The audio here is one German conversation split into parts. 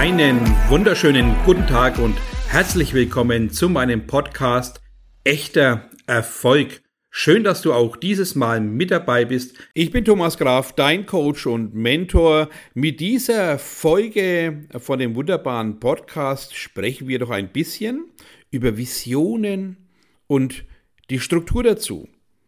Einen wunderschönen guten Tag und herzlich willkommen zu meinem Podcast Echter Erfolg. Schön, dass du auch dieses Mal mit dabei bist. Ich bin Thomas Graf, dein Coach und Mentor. Mit dieser Folge von dem wunderbaren Podcast sprechen wir doch ein bisschen über Visionen und die Struktur dazu.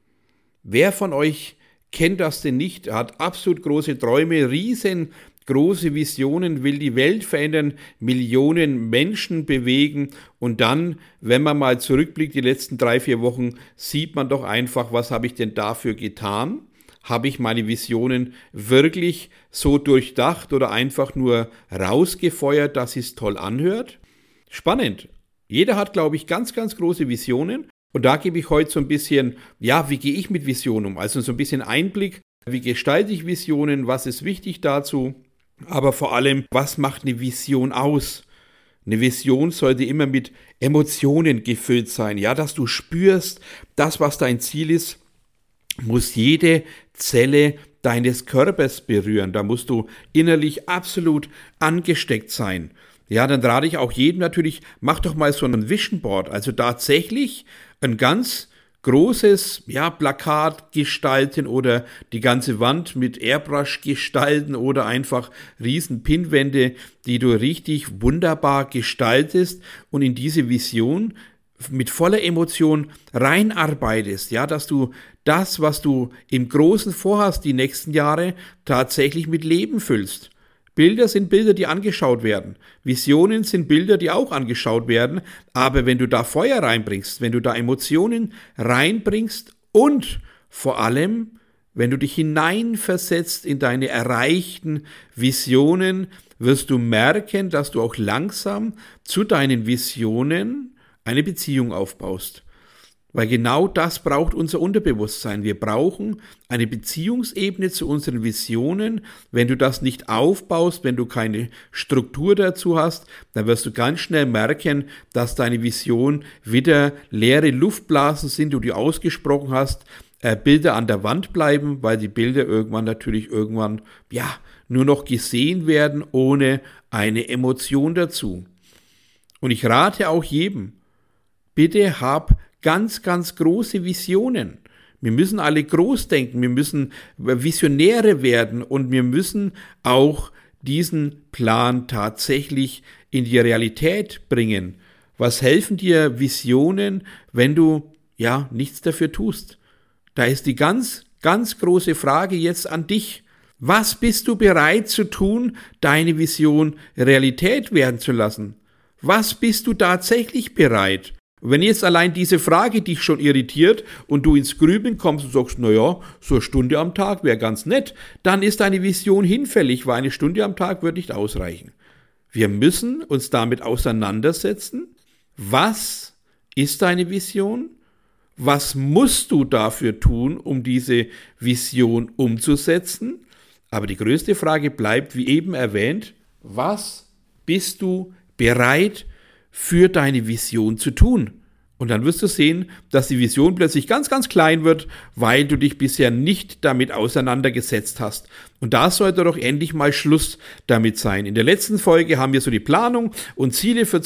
Wer von euch kennt das denn nicht? Er hat absolut große Träume, riesengroße Visionen, will die Welt verändern, Millionen Menschen bewegen und dann, wenn man mal zurückblickt, die letzten 3-4 Wochen, sieht man doch einfach, was habe ich denn dafür getan? Habe ich meine Visionen wirklich so durchdacht oder einfach nur rausgefeuert, dass es toll anhört? Spannend. Jeder hat, glaube ich, ganz, ganz große Visionen. Und da gebe ich heute so ein bisschen, wie gehe ich mit Visionen um? Also so ein bisschen Einblick, wie gestalte ich Visionen, was ist wichtig dazu? Aber vor allem, was macht eine Vision aus? Eine Vision sollte immer mit Emotionen gefüllt sein, dass du spürst, das, was dein Ziel ist, muss jede Zelle deines Körpers berühren. Da musst du innerlich absolut angesteckt sein. Dann rate ich auch jedem natürlich, mach doch mal so ein Vision Board, also tatsächlich ein ganz großes Plakat gestalten oder die ganze Wand mit Airbrush gestalten oder einfach riesen Pinnwände, die du richtig wunderbar gestaltest und in diese Vision mit voller Emotion reinarbeitest, dass du das, was du im Großen vorhast, die nächsten Jahre, tatsächlich mit Leben füllst. Bilder sind Bilder, die angeschaut werden. Visionen sind Bilder, die auch angeschaut werden. Aber wenn du da Feuer reinbringst, wenn du da Emotionen reinbringst und vor allem, wenn du dich hineinversetzt in deine erreichten Visionen, wirst du merken, dass du auch langsam zu deinen Visionen eine Beziehung aufbaust. Weil genau das braucht unser Unterbewusstsein. Wir brauchen eine Beziehungsebene zu unseren Visionen. Wenn du das nicht aufbaust, wenn du keine Struktur dazu hast, dann wirst du ganz schnell merken, dass deine Vision wieder leere Luftblasen sind, die du ausgesprochen hast, Bilder an der Wand bleiben, weil die Bilder irgendwann nur noch gesehen werden, ohne eine Emotion dazu. Und ich rate auch jedem, bitte hab ganz, ganz große Visionen. Wir müssen alle groß denken, wir müssen Visionäre werden und wir müssen auch diesen Plan tatsächlich in die Realität bringen. Was helfen dir Visionen, wenn du nichts dafür tust? Da ist die ganz, ganz große Frage jetzt an dich. Was bist du bereit zu tun, deine Vision Realität werden zu lassen? Was bist du tatsächlich bereit? Und wenn jetzt allein diese Frage dich schon irritiert und du ins Grübeln kommst und sagst, so eine Stunde am Tag wäre ganz nett, dann ist deine Vision hinfällig, weil eine Stunde am Tag wird nicht ausreichen. Wir müssen uns damit auseinandersetzen. Was ist deine Vision? Was musst du dafür tun, um diese Vision umzusetzen? Aber die größte Frage bleibt, wie eben erwähnt, was bist du bereit für deine Vision zu tun? Und dann wirst du sehen, dass die Vision plötzlich ganz, ganz klein wird, weil du dich bisher nicht damit auseinandergesetzt hast. Und da sollte doch endlich mal Schluss damit sein. In der letzten Folge haben wir so die Planung und Ziele für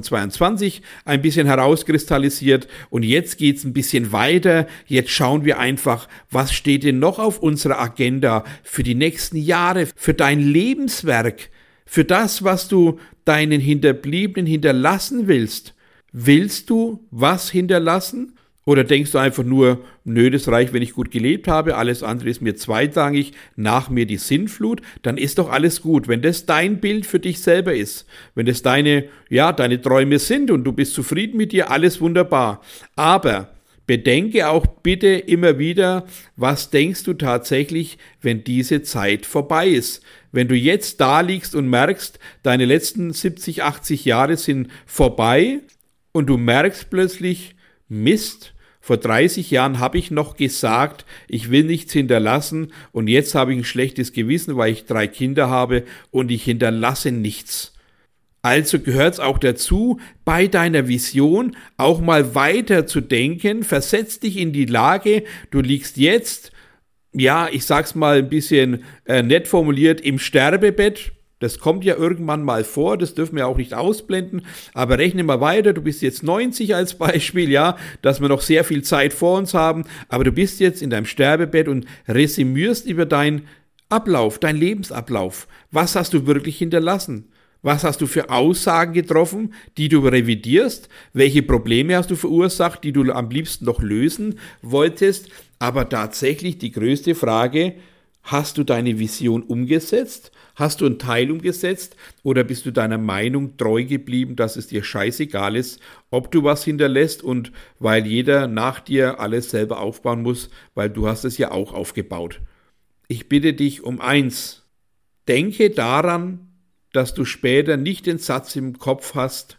2022 ein bisschen herauskristallisiert. Und jetzt geht's ein bisschen weiter. Jetzt schauen wir einfach, was steht denn noch auf unserer Agenda für die nächsten Jahre, für dein Lebenswerk, für das, was du deinen Hinterbliebenen hinterlassen willst. Willst du was hinterlassen? Oder denkst du einfach nur, das reicht, wenn ich gut gelebt habe, alles andere ist mir zweitrangig, nach mir die Sintflut, dann ist doch alles gut. Wenn das dein Bild für dich selber ist, wenn das deine Träume sind und du bist zufrieden mit dir, alles wunderbar. Aber bedenke auch bitte immer wieder, was denkst du tatsächlich, wenn diese Zeit vorbei ist? Wenn du jetzt da liegst und merkst, deine letzten 70, 80 Jahre sind vorbei und du merkst plötzlich, Mist, vor 30 Jahren habe ich noch gesagt, ich will nichts hinterlassen und jetzt habe ich ein schlechtes Gewissen, weil ich 3 Kinder habe und ich hinterlasse nichts. Also gehört es auch dazu, bei deiner Vision auch mal weiter zu denken, versetz dich in die Lage, du liegst jetzt, ich sag's mal ein bisschen nett formuliert, im Sterbebett Das kommt ja irgendwann mal vor, das dürfen wir auch nicht ausblenden, aber rechne mal weiter, du bist jetzt 90 als Beispiel, ja, dass wir noch sehr viel Zeit vor uns haben, aber du bist jetzt in deinem Sterbebett und resümierst über deinen Ablauf, deinen Lebensablauf. Was hast du wirklich hinterlassen? Was hast du für Aussagen getroffen, die du revidierst? Welche Probleme hast du verursacht, die du am liebsten noch lösen wolltest? Aber tatsächlich die größte Frage: Hast du deine Vision umgesetzt? Hast du einen Teil umgesetzt? Oder bist du deiner Meinung treu geblieben, dass es dir scheißegal ist, ob du was hinterlässt und weil jeder nach dir alles selber aufbauen muss, weil du hast es ja auch aufgebaut. Ich bitte dich um eins: Denke daran, dass du später nicht den Satz im Kopf hast: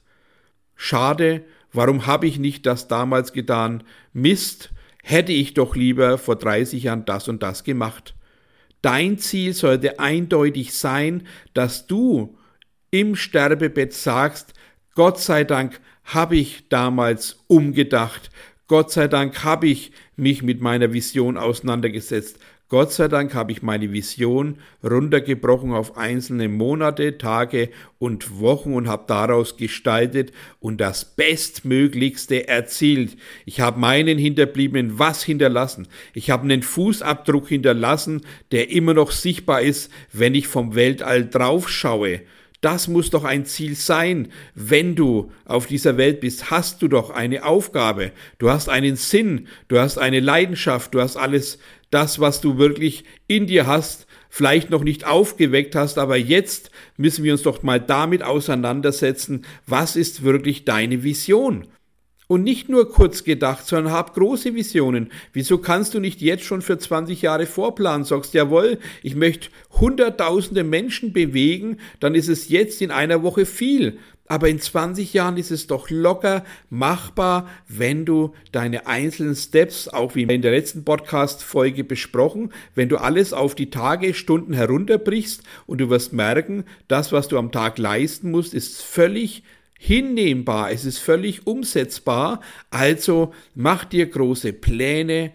Schade, warum habe ich nicht das damals getan? Mist, hätte ich doch lieber vor 30 Jahren das und das gemacht. Dein Ziel sollte eindeutig sein, dass du im Sterbebett sagst: Gott sei Dank habe ich damals umgedacht. Gott sei Dank habe ich mich mit meiner Vision auseinandergesetzt. Gott sei Dank habe ich meine Vision runtergebrochen auf einzelne Monate, Tage und Wochen und habe daraus gestaltet und das Bestmöglichste erzielt. Ich habe meinen Hinterbliebenen was hinterlassen. Ich habe einen Fußabdruck hinterlassen, der immer noch sichtbar ist, wenn ich vom Weltall drauf schaue. Das muss doch ein Ziel sein. Wenn du auf dieser Welt bist, hast du doch eine Aufgabe. Du hast einen Sinn, du hast eine Leidenschaft, du hast alles das, was du wirklich in dir hast, vielleicht noch nicht aufgeweckt hast, aber jetzt müssen wir uns doch mal damit auseinandersetzen, was ist wirklich deine Vision? Und nicht nur kurz gedacht, sondern hab große Visionen. Wieso kannst du nicht jetzt schon für 20 Jahre vorplanen? Sagst, jawohl, ich möchte hunderttausende Menschen bewegen, dann ist es jetzt in einer Woche viel. Aber in 20 Jahren ist es doch locker machbar, wenn du deine einzelnen Steps, auch wie in der letzten Podcast-Folge besprochen, wenn du alles auf die Tage, Stunden herunterbrichst und du wirst merken, das, was du am Tag leisten musst, ist völlig hinnehmbar, es ist völlig umsetzbar. Also mach dir große Pläne,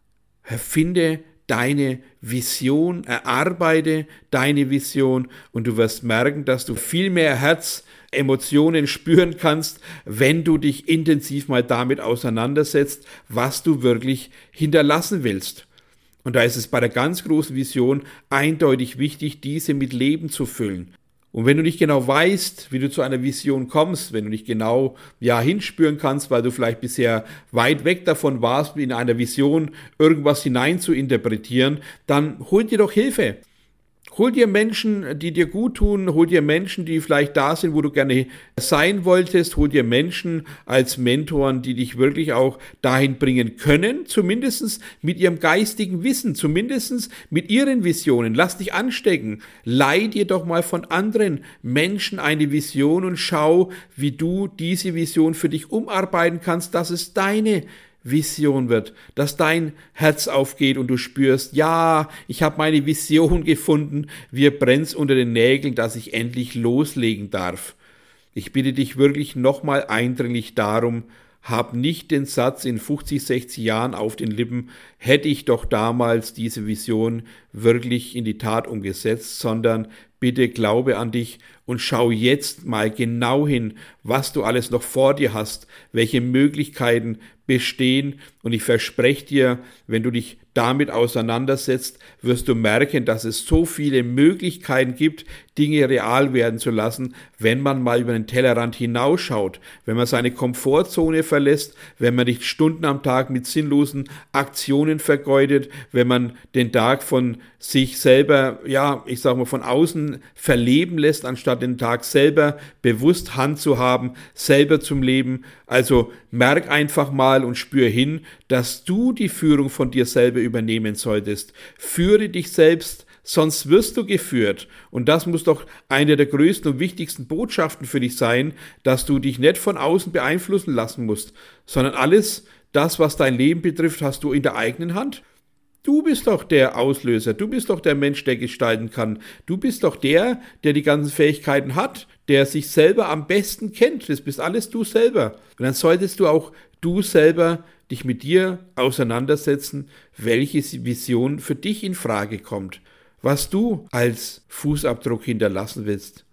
erfinde deine Vision, erarbeite deine Vision und du wirst merken, dass du viel mehr Emotionen spüren kannst, wenn du dich intensiv mal damit auseinandersetzt, was du wirklich hinterlassen willst. Und da ist es bei der ganz großen Vision eindeutig wichtig, diese mit Leben zu füllen. Und wenn du nicht genau weißt, wie du zu einer Vision kommst, wenn du nicht genau hinspüren kannst, weil du vielleicht bisher weit weg davon warst, in einer Vision irgendwas hinein zu interpretieren, dann hol dir doch Hilfe. Hol dir Menschen, die dir gut tun, hol dir Menschen, die vielleicht da sind, wo du gerne sein wolltest, hol dir Menschen als Mentoren, die dich wirklich auch dahin bringen können, zumindest mit ihrem geistigen Wissen, zumindest mit ihren Visionen. Lass dich anstecken, leih dir doch mal von anderen Menschen eine Vision und schau, wie du diese Vision für dich umarbeiten kannst, dass es deine Vision wird, dass dein Herz aufgeht und du spürst, ja, ich habe meine Vision gefunden, mir brennt's unter den Nägeln, dass ich endlich loslegen darf. Ich bitte dich wirklich nochmal eindringlich darum, hab nicht den Satz in 50, 60 Jahren auf den Lippen, hätte ich doch damals diese Vision wirklich in die Tat umgesetzt, sondern bitte glaube an dich und schau jetzt mal genau hin, was du alles noch vor dir hast, welche Möglichkeiten bestehen. Und ich verspreche dir, wenn du dich damit auseinandersetzt, wirst du merken, dass es so viele Möglichkeiten gibt, Dinge real werden zu lassen, wenn man mal über den Tellerrand hinausschaut, wenn man seine Komfortzone verlässt, wenn man nicht Stunden am Tag mit sinnlosen Aktionen vergeudet, wenn man den Tag von sich selber, von außen verleben lässt, anstatt den Tag selber bewusst Hand zu haben, selber zum Leben. Also merk einfach mal und spür hin, dass du die Führung von dir selber übernehmen solltest. Führe dich selbst, sonst wirst du geführt. Und das muss doch eine der größten und wichtigsten Botschaften für dich sein, dass du dich nicht von außen beeinflussen lassen musst, sondern alles, das, was dein Leben betrifft, hast du in der eigenen Hand. Du bist doch der Auslöser, du bist doch der Mensch, der gestalten kann. Du bist doch der die ganzen Fähigkeiten hat, der sich selber am besten kennt. Das bist alles du selber. Und dann solltest du auch du selber dich mit dir auseinandersetzen, welche Vision für dich in Frage kommt. was du als Fußabdruck hinterlassen willst.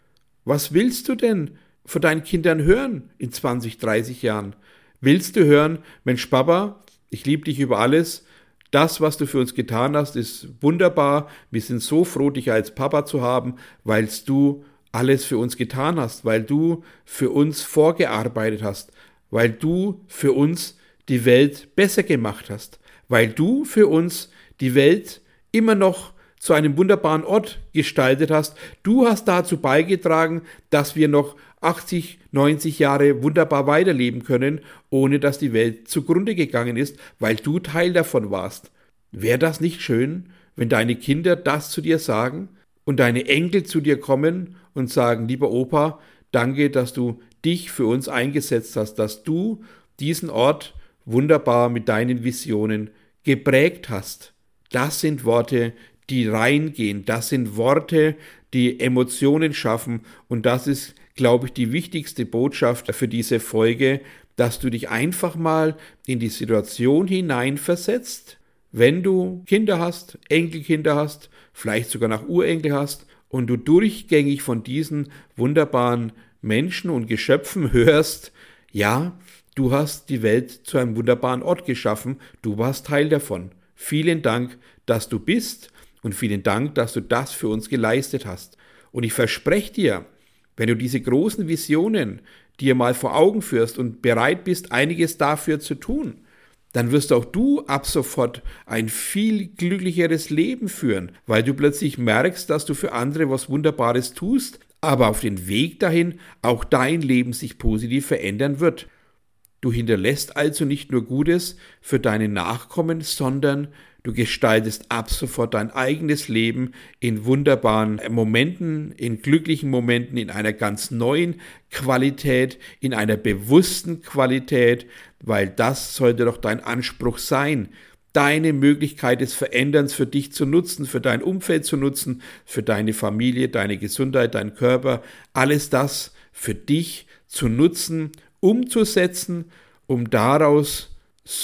Was willst du denn von deinen Kindern hören in 20, 30 Jahren? Willst du hören, Mensch Papa, ich liebe dich über alles, das, was du für uns getan hast, ist wunderbar, wir sind so froh, dich als Papa zu haben, weil du alles für uns getan hast, weil du für uns vorgearbeitet hast, weil du für uns die Welt besser gemacht hast, weil du für uns die Welt immer noch zu einem wunderbaren Ort gestaltet hast. Du hast dazu beigetragen, dass wir noch 80, 90 Jahre wunderbar weiterleben können, ohne dass die Welt zugrunde gegangen ist, weil du Teil davon warst. Wäre das nicht schön, wenn deine Kinder das zu dir sagen und deine Enkel zu dir kommen und sagen, lieber Opa, danke, dass du dich für uns eingesetzt hast, dass du diesen Ort wunderbar mit deinen Visionen geprägt hast. Das sind Worte, die reingehen, das sind Worte, die Emotionen schaffen und das ist, glaube ich, die wichtigste Botschaft für diese Folge, dass du dich einfach mal in die Situation hineinversetzt, wenn du Kinder hast, Enkelkinder hast, vielleicht sogar noch Urenkel hast und du durchgängig von diesen wunderbaren Menschen und Geschöpfen hörst, ja, du hast die Welt zu einem wunderbaren Ort geschaffen, du warst Teil davon. Vielen Dank, dass du bist und vielen Dank, dass du das für uns geleistet hast. Und ich verspreche dir, wenn du diese großen Visionen dir mal vor Augen führst und bereit bist, einiges dafür zu tun, dann wirst auch du ab sofort ein viel glücklicheres Leben führen, weil du plötzlich merkst, dass du für andere was Wunderbares tust, aber auf den Weg dahin auch dein Leben sich positiv verändern wird. Du hinterlässt also nicht nur Gutes für deine Nachkommen, sondern du gestaltest ab sofort dein eigenes Leben in wunderbaren Momenten, in glücklichen Momenten, in einer ganz neuen Qualität, in einer bewussten Qualität, weil das sollte doch dein Anspruch sein, deine Möglichkeit des Veränderns für dich zu nutzen, für dein Umfeld zu nutzen, für deine Familie, deine Gesundheit, dein Körper, alles das für dich zu nutzen, umzusetzen, um daraus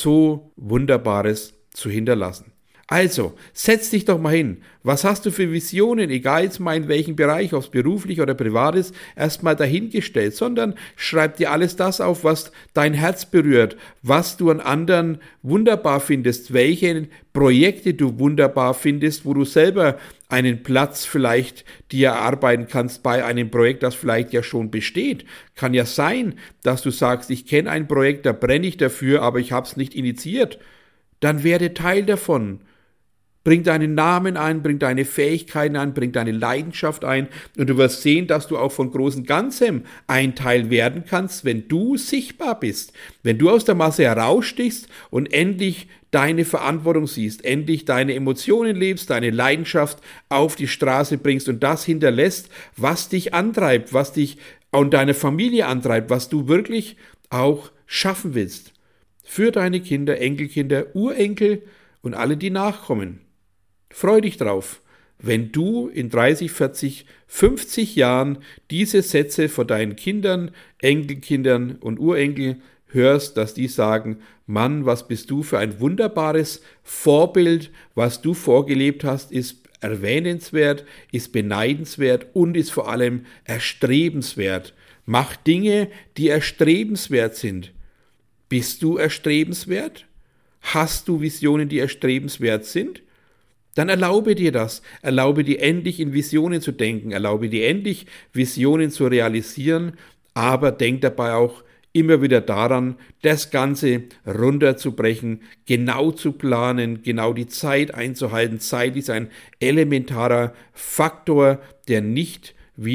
so Wunderbares zu hinterlassen. Also, setz dich doch mal hin. Was hast du für Visionen, egal jetzt mal in welchem Bereich, ob es beruflich oder privat ist, erstmal dahingestellt, sondern schreib dir alles das auf, was dein Herz berührt, was du an anderen wunderbar findest, welche Projekte du wunderbar findest, wo du selber einen Platz vielleicht dir erarbeiten kannst bei einem Projekt, das vielleicht ja schon besteht. Kann ja sein, dass du sagst, ich kenne ein Projekt, da brenne ich dafür, aber ich habe es nicht initiiert. Dann werde Teil davon. Bring deinen Namen ein, bring deine Fähigkeiten ein, bring deine Leidenschaft ein und du wirst sehen, dass du auch von großem Ganzem ein Teil werden kannst, wenn du sichtbar bist, wenn du aus der Masse herausstichst und endlich deine Verantwortung siehst, endlich deine Emotionen lebst, deine Leidenschaft auf die Straße bringst und das hinterlässt, was dich antreibt, was dich und deine Familie antreibt, was du wirklich auch schaffen willst. Für deine Kinder, Enkelkinder, Urenkel und alle, die nachkommen. Freu dich drauf, wenn du in 30, 40, 50 Jahren diese Sätze von deinen Kindern, Enkelkindern und Urenkel hörst, dass die sagen, Mann, was bist du für ein wunderbares Vorbild, was du vorgelebt hast, ist erwähnenswert, ist beneidenswert und ist vor allem erstrebenswert. Mach Dinge, die erstrebenswert sind. Bist du erstrebenswert? Hast du Visionen, die erstrebenswert sind? Dann erlaube dir das. Erlaube dir endlich in Visionen zu denken. Erlaube dir endlich Visionen zu realisieren. Aber denk dabei auch immer wieder daran, das Ganze runterzubrechen, genau zu planen, genau die Zeit einzuhalten. Zeit ist ein elementarer Faktor, der nicht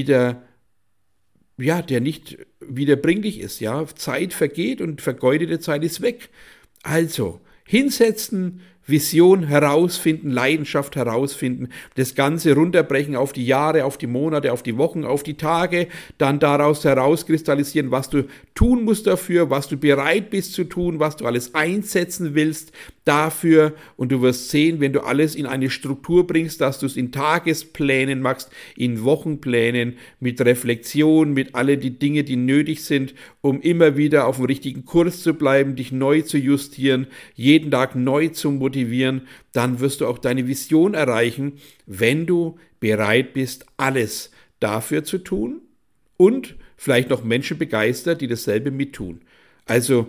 wiederbringlich ist. Ja? Zeit vergeht und vergeudete Zeit ist weg. Also, hinsetzen, Vision herausfinden, Leidenschaft herausfinden, das Ganze runterbrechen auf die Jahre, auf die Monate, auf die Wochen, auf die Tage, dann daraus herauskristallisieren, was du tun musst dafür, was du bereit bist zu tun, was du alles einsetzen willst dafür und du wirst sehen, wenn du alles in eine Struktur bringst, dass du es in Tagesplänen machst, in Wochenplänen, mit Reflexion, mit alle die Dinge, die nötig sind, um immer wieder auf dem richtigen Kurs zu bleiben, dich neu zu justieren, jeden Tag neu zu motivieren, motivieren, dann wirst du auch deine Vision erreichen, wenn du bereit bist, alles dafür zu tun und vielleicht noch Menschen begeistert, die dasselbe mittun. Also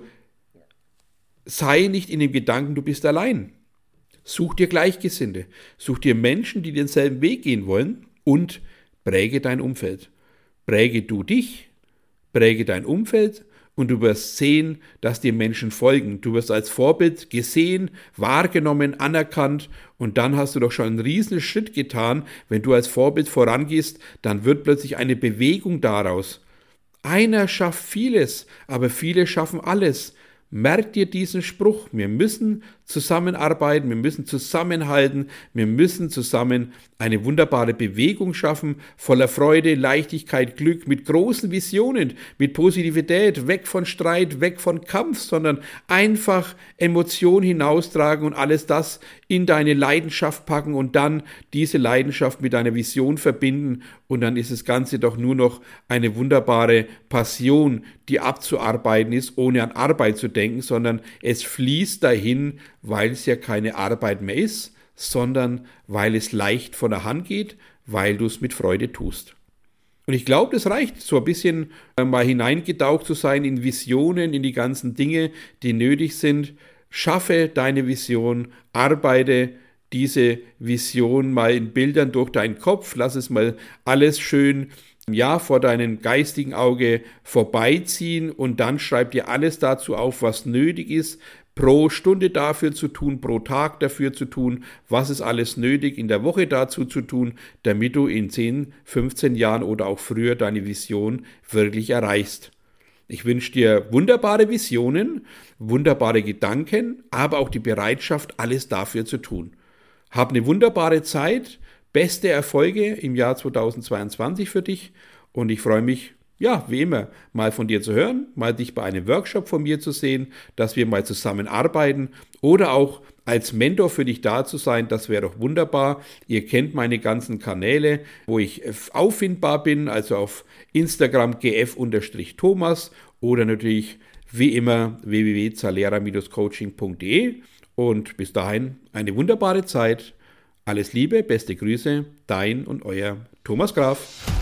sei nicht in dem Gedanken, du bist allein. Such dir Gleichgesinnte, such dir Menschen, die denselben Weg gehen wollen und präge dein Umfeld. Präge du dich, präge dein Umfeld und du wirst sehen, dass dir Menschen folgen. Du wirst als Vorbild gesehen, wahrgenommen, anerkannt und dann hast du doch schon einen riesen Schritt getan. Wenn du als Vorbild vorangehst, dann wird plötzlich eine Bewegung daraus. Einer schafft vieles, aber viele schaffen alles. Merk dir diesen Spruch, wir müssen zusammenarbeiten, wir müssen zusammenhalten, wir müssen zusammen eine wunderbare Bewegung schaffen, voller Freude, Leichtigkeit, Glück, mit großen Visionen, mit Positivität, weg von Streit, weg von Kampf, sondern einfach Emotionen hinaustragen und alles das in deine Leidenschaft packen und dann diese Leidenschaft mit deiner Vision verbinden und dann ist das Ganze doch nur noch eine wunderbare Passion, die abzuarbeiten ist, ohne an Arbeit zu denken, sondern es fließt dahin, weil es ja keine Arbeit mehr ist, sondern weil es leicht von der Hand geht, weil du es mit Freude tust. Und ich glaube, das reicht, so ein bisschen mal hineingetaucht zu sein in Visionen, in die ganzen Dinge, die nötig sind. Schaffe deine Vision, arbeite diese Vision mal in Bildern durch deinen Kopf, lass es mal alles schön vor deinem geistigen Auge vorbeiziehen und dann schreib dir alles dazu auf, was nötig ist, pro Stunde dafür zu tun, pro Tag dafür zu tun, was ist alles nötig in der Woche dazu zu tun, damit du in 10, 15 Jahren oder auch früher deine Vision wirklich erreichst. Ich wünsche dir wunderbare Visionen, wunderbare Gedanken, aber auch die Bereitschaft, alles dafür zu tun. Hab eine wunderbare Zeit, beste Erfolge im Jahr 2022 für dich und ich freue mich, wie immer, mal von dir zu hören, mal dich bei einem Workshop von mir zu sehen, dass wir mal zusammenarbeiten oder auch als Mentor für dich da zu sein, das wäre doch wunderbar. Ihr kennt meine ganzen Kanäle, wo ich auffindbar bin, also auf Instagram gf_thomas oder natürlich wie immer www.zalera-coaching.de und bis dahin eine wunderbare Zeit. Alles Liebe, beste Grüße, dein und euer Thomas Graf.